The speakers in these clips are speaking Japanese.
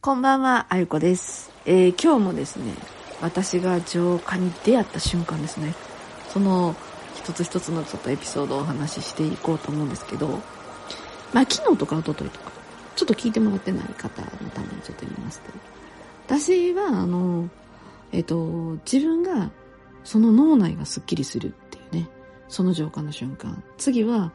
こんばんは、あゆこです。今日もですね、私が浄化に出会った瞬間ですね。その一つ一つのちょっとエピソードをお話ししていこうと思うんですけど、昨日とか一昨日とか、ちょっと聞いてもらってない方のためにちょっと言いますと、私は自分がその脳内がスッキリするっていうね、その浄化の瞬間。次は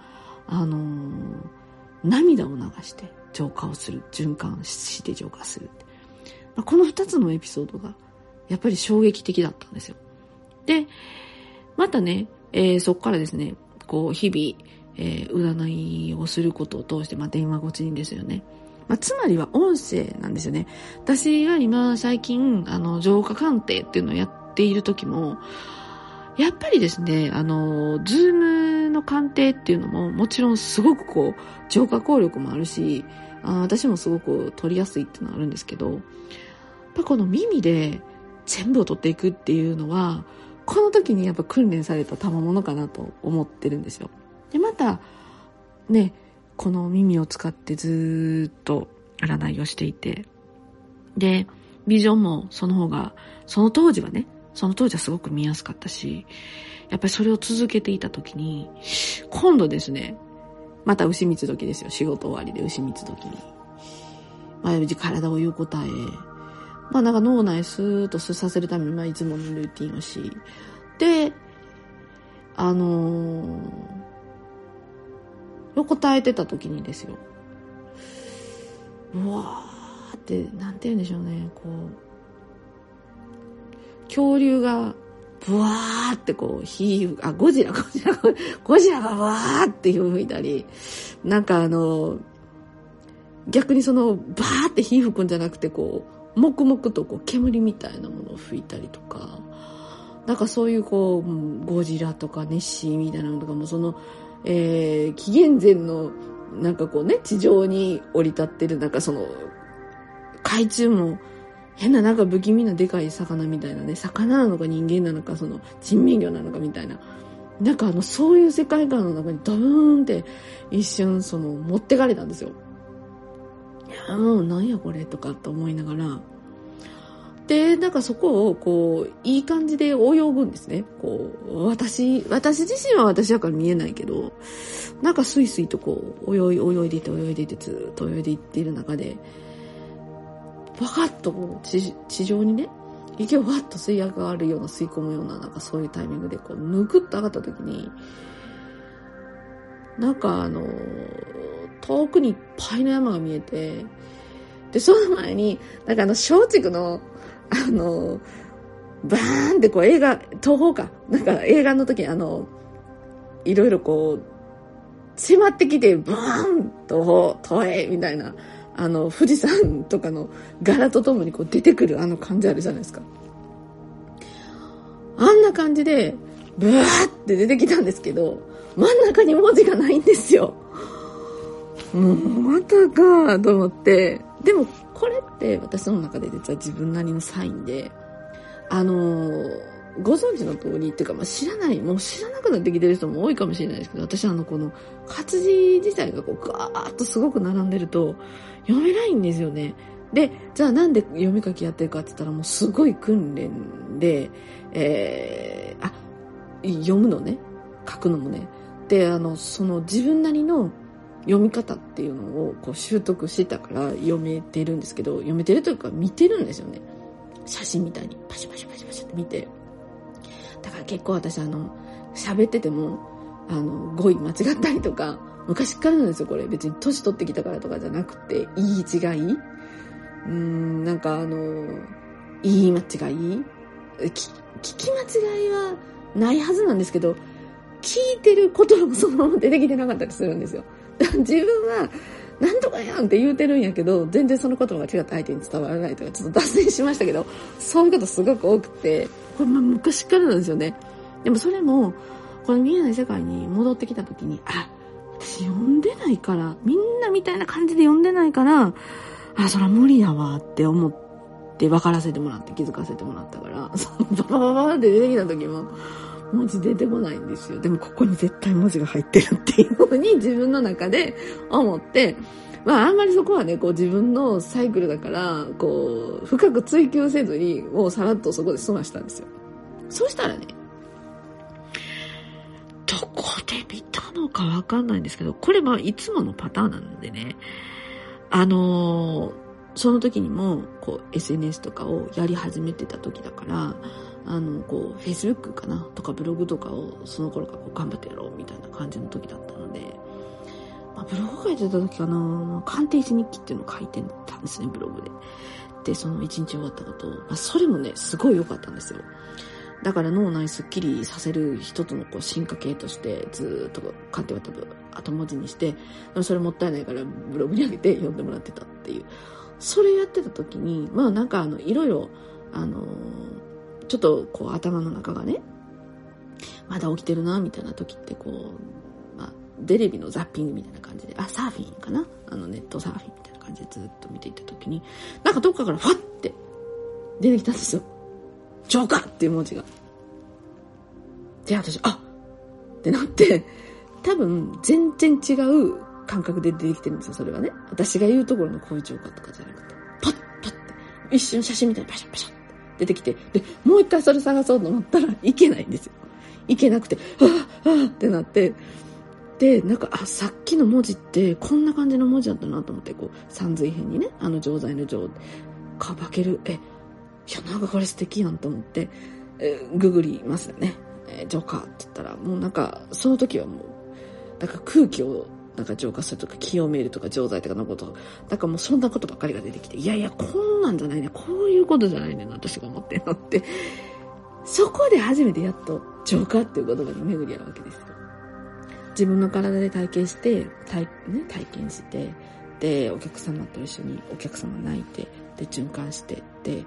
涙を流して浄化をする、循環して浄化する。この2つのエピソードがやっぱり衝撃的だったんですよ。で、またね、そこからですね、こう日々、占いをすることを通して、電話越しにですよね。つまりは音声なんですよね。私が今最近浄化鑑定っていうのをやっている時も、やっぱりですね、ズームの鑑定っていうのももちろんすごくこう浄化効力もあるし、私もすごく取りやすいっていうのはあるんですけど、やっぱこの耳で全部を取っていくっていうのは、この時にやっぱ訓練された賜物かなと思ってるんですよ。で、またね、この耳を使ってずっと占いをしていて、で、ビジョンもその方が、その当時はすごく見やすかったし、やっぱりそれを続けていた時に、今度ですね、また牛蜜時ですよ。仕事終わりで牛蜜時に。体を言う答え、なんか脳内スーッとさせるために、いつものルーティンをし、で、答えてた時にですよ。うわーって、なんて言うんでしょうね、こう、恐竜がブワーってこうゴジラがわーって火を吹いたり、なんか逆にそのバーって火吹くんじゃなくて、こう黙々とこう煙みたいなものを吹いたりとか、なんかそういうこうゴジラとかネッシーみたいなのとかも、その紀元前のなんかこうね、地上に降り立ってる、なんかその海中も変ななんか不気味なでかい魚みたいなね、魚なのか人間なのか、その人面魚なのかみたいな、なんかそういう世界観の中にドーンって一瞬持ってかれたんですよ。いや、もうなんやこれとかと思いながら、で、なんかそこをこういい感じで泳ぐんですね。こう私自身は私だから見えないけど、なんかスイスイとこう泳いでいてずっと泳いでいっている中で、わかっとこう地上にね、息をわっと吸い上がるような、吸い込むような、なんかそういうタイミングでこうぬくっと上がった時に、なんか遠くにいっぱいの山が見えて、でその前になんか松竹のバーンってこう東宝かなんか映画の時にいろいろこう迫ってきてバーンと東映みたいな、富士山とかの柄とともにこう出てくる感じあるじゃないですか。あんな感じでブワーって出てきたんですけど、真ん中に文字がないんですよ。もうまたかと思って、でもこれって私の中で実は自分なりのサインで、ご存知の通りっていうか、もう知らなくなってきてる人も多いかもしれないですけど、私この活字自体がこうガーッとすごく並んでると読めないんですよね。で、じゃあなんで読み書きやってるかって言ったら、もうすごい訓練で、読むのね、書くのもね。で、その自分なりの読み方っていうのをこう習得したから読めてるんですけど、読めてるというか見てるんですよね。写真みたいにパシパシパシパシって見て。だから結構私喋ってても語彙間違ったりとか、昔からなんですよ。これ別に年取ってきたからとかじゃなくて、言い違い、なんか言い間違い、聞き間違いはないはずなんですけど、聞いてる言葉もそのまま出てきてなかったりするんですよ。自分はなんとかやんって言うてるんやけど、全然その言葉が違って相手に伝わらないとか、ちょっと脱線しましたけど、そういうことすごく多くて、これ昔からなんですよね。でもそれもこの見えない世界に戻ってきた時に、私読んでないから、みんなみたいな感じで読んでないから、そら無理だわって思って分からせてもらって、気づかせてもらったから、ババババって出てきた時も文字出てこないんですよ。でもここに絶対文字が入ってるっていう風に自分の中で思って、 あんまりそこはね、こう自分のサイクルだから、こう、深く追求せずに、もうさらっとそこで済ましたんですよ。そうしたらね、どこで見たのかわかんないんですけど、これいつものパターンなんでね、その時にも、こう、SNS とかをやり始めてた時だから、こう、Facebook かなとかブログとかをその頃からこう頑張ってやろうみたいな感じの時だったので、ブログ書いてた時かな、鑑定士日記っていうのを書いてたんですね、ブログで。で、その一日終わったことを、それもね、すごい良かったんですよ。だから脳内スッキリさせる一つのこう進化系としてずっと鑑定は後文字にして、それもったいないからブログに上げて読んでもらってたっていう。それやってた時に、なんかいろいろ、ちょっとこう頭の中がね、まだ起きてるな、みたいな時ってこう、テレビのザッピングみたいな感じで、サーフィンかな、ネットサーフィンみたいな感じでずっと見ていた時に、なんかどっかからファッて出てきたんですよ。ジョーカーっていう文字が。で、私、ってなって、多分全然違う感覚で出てきてるんですよ、それはね。私が言うところのこういうジョーカーとかじゃなくて、パッって一瞬写真みたいにパシャパシャって出てきて、で、もう一回それ探そうと思ったらいけないんですよ。いけなくて、ってなって、で、なんか、さっきの文字ってこんな感じの文字だったなと思って、こう、三髄編にね、錠剤の錠、かばける、なんかこれ素敵やんと思って、ググりますよね。浄化って言ったら、もうなんか、その時はもう、なんか空気をなんか浄化するとか、清めるとか、錠剤とかのこと、なんかもうそんなことばっかりが出てきて、いやいや、こんなんじゃないね、こういうことじゃないね、私が思ってんのって、そこで初めてやっと浄化っていう言葉に巡り合うわけですよ。自分の体で体験して、体験して、で、お客様と一緒にお客様泣いて、で、循環して、で、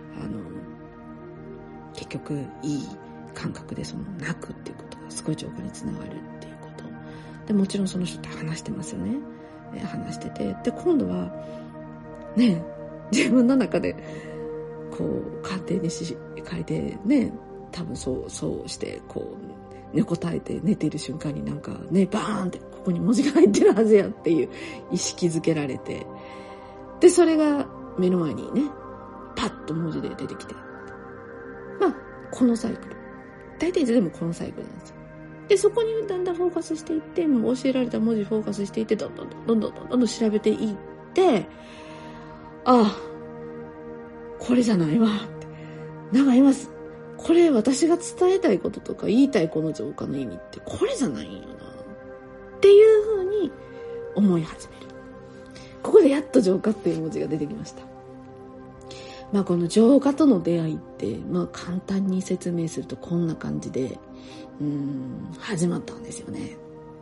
結局いい感覚でその泣くっていうことがすごい浄化につながるっていうことで、もちろんその人と話してますよね。話してて、で今度はね、自分の中でこう鑑定に書いてね、多分そうしてこう横たえて寝ている瞬間になんかね、バーンってここに文字が入ってるはずやっていう意識づけられて、でそれが目の前にね、パッと文字で出てきて、このサイクル。大体いつでもこのサイクルなんですよ。で、そこにだんだんフォーカスしていって、もう教えられた文字フォーカスしていって、どんどん調べていって、これじゃないわ。なんか今、これ私が伝えたいこととか言いたいこの浄化の意味ってこれじゃないんよな。っていう風に思い始める。ここでやっと浄化っていう文字が出てきました。この浄化との出会いって、簡単に説明するとこんな感じで、始まったんですよね。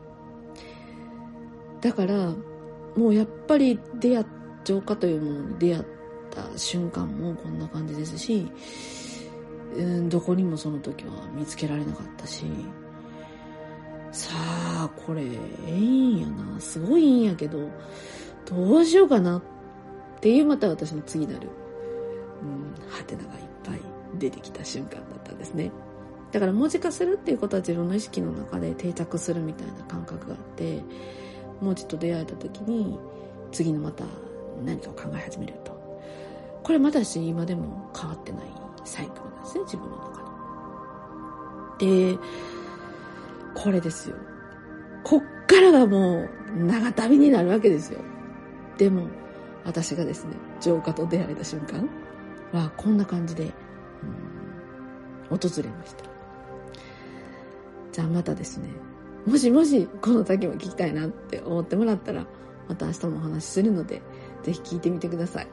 だから、もうやっぱり浄化というものに出会った瞬間もこんな感じですし、どこにもその時は見つけられなかったし、さあ、これ、いいんやな、すごいいいんやけど、どうしようかなっていう、また私の次なる、ハテナがいっぱい出てきた瞬間だったんですね。だから文字化するっていうことは自分の意識の中で定着するみたいな感覚があって、文字と出会えた時に次のまた何かを考え始めると、これまだし今でも変わってないサイクルなんですね、自分の中で。で、これですよ、こっからがもう長旅になるわけですよ。でも私がですね、浄化と出会えた瞬間はこんな感じで、訪れました。じゃあまたですね、もしこの先も聞きたいなって思ってもらったら、また明日もお話しするので、ぜひ聞いてみてください。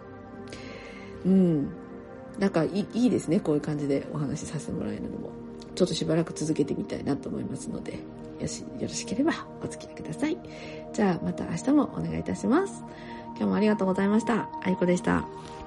なんかいいですね、こういう感じでお話しさせてもらえるのも。ちょっとしばらく続けてみたいなと思いますので、よろしければお付き合いください。じゃあまた明日もお願いいたします。今日もありがとうございました。あいこでした。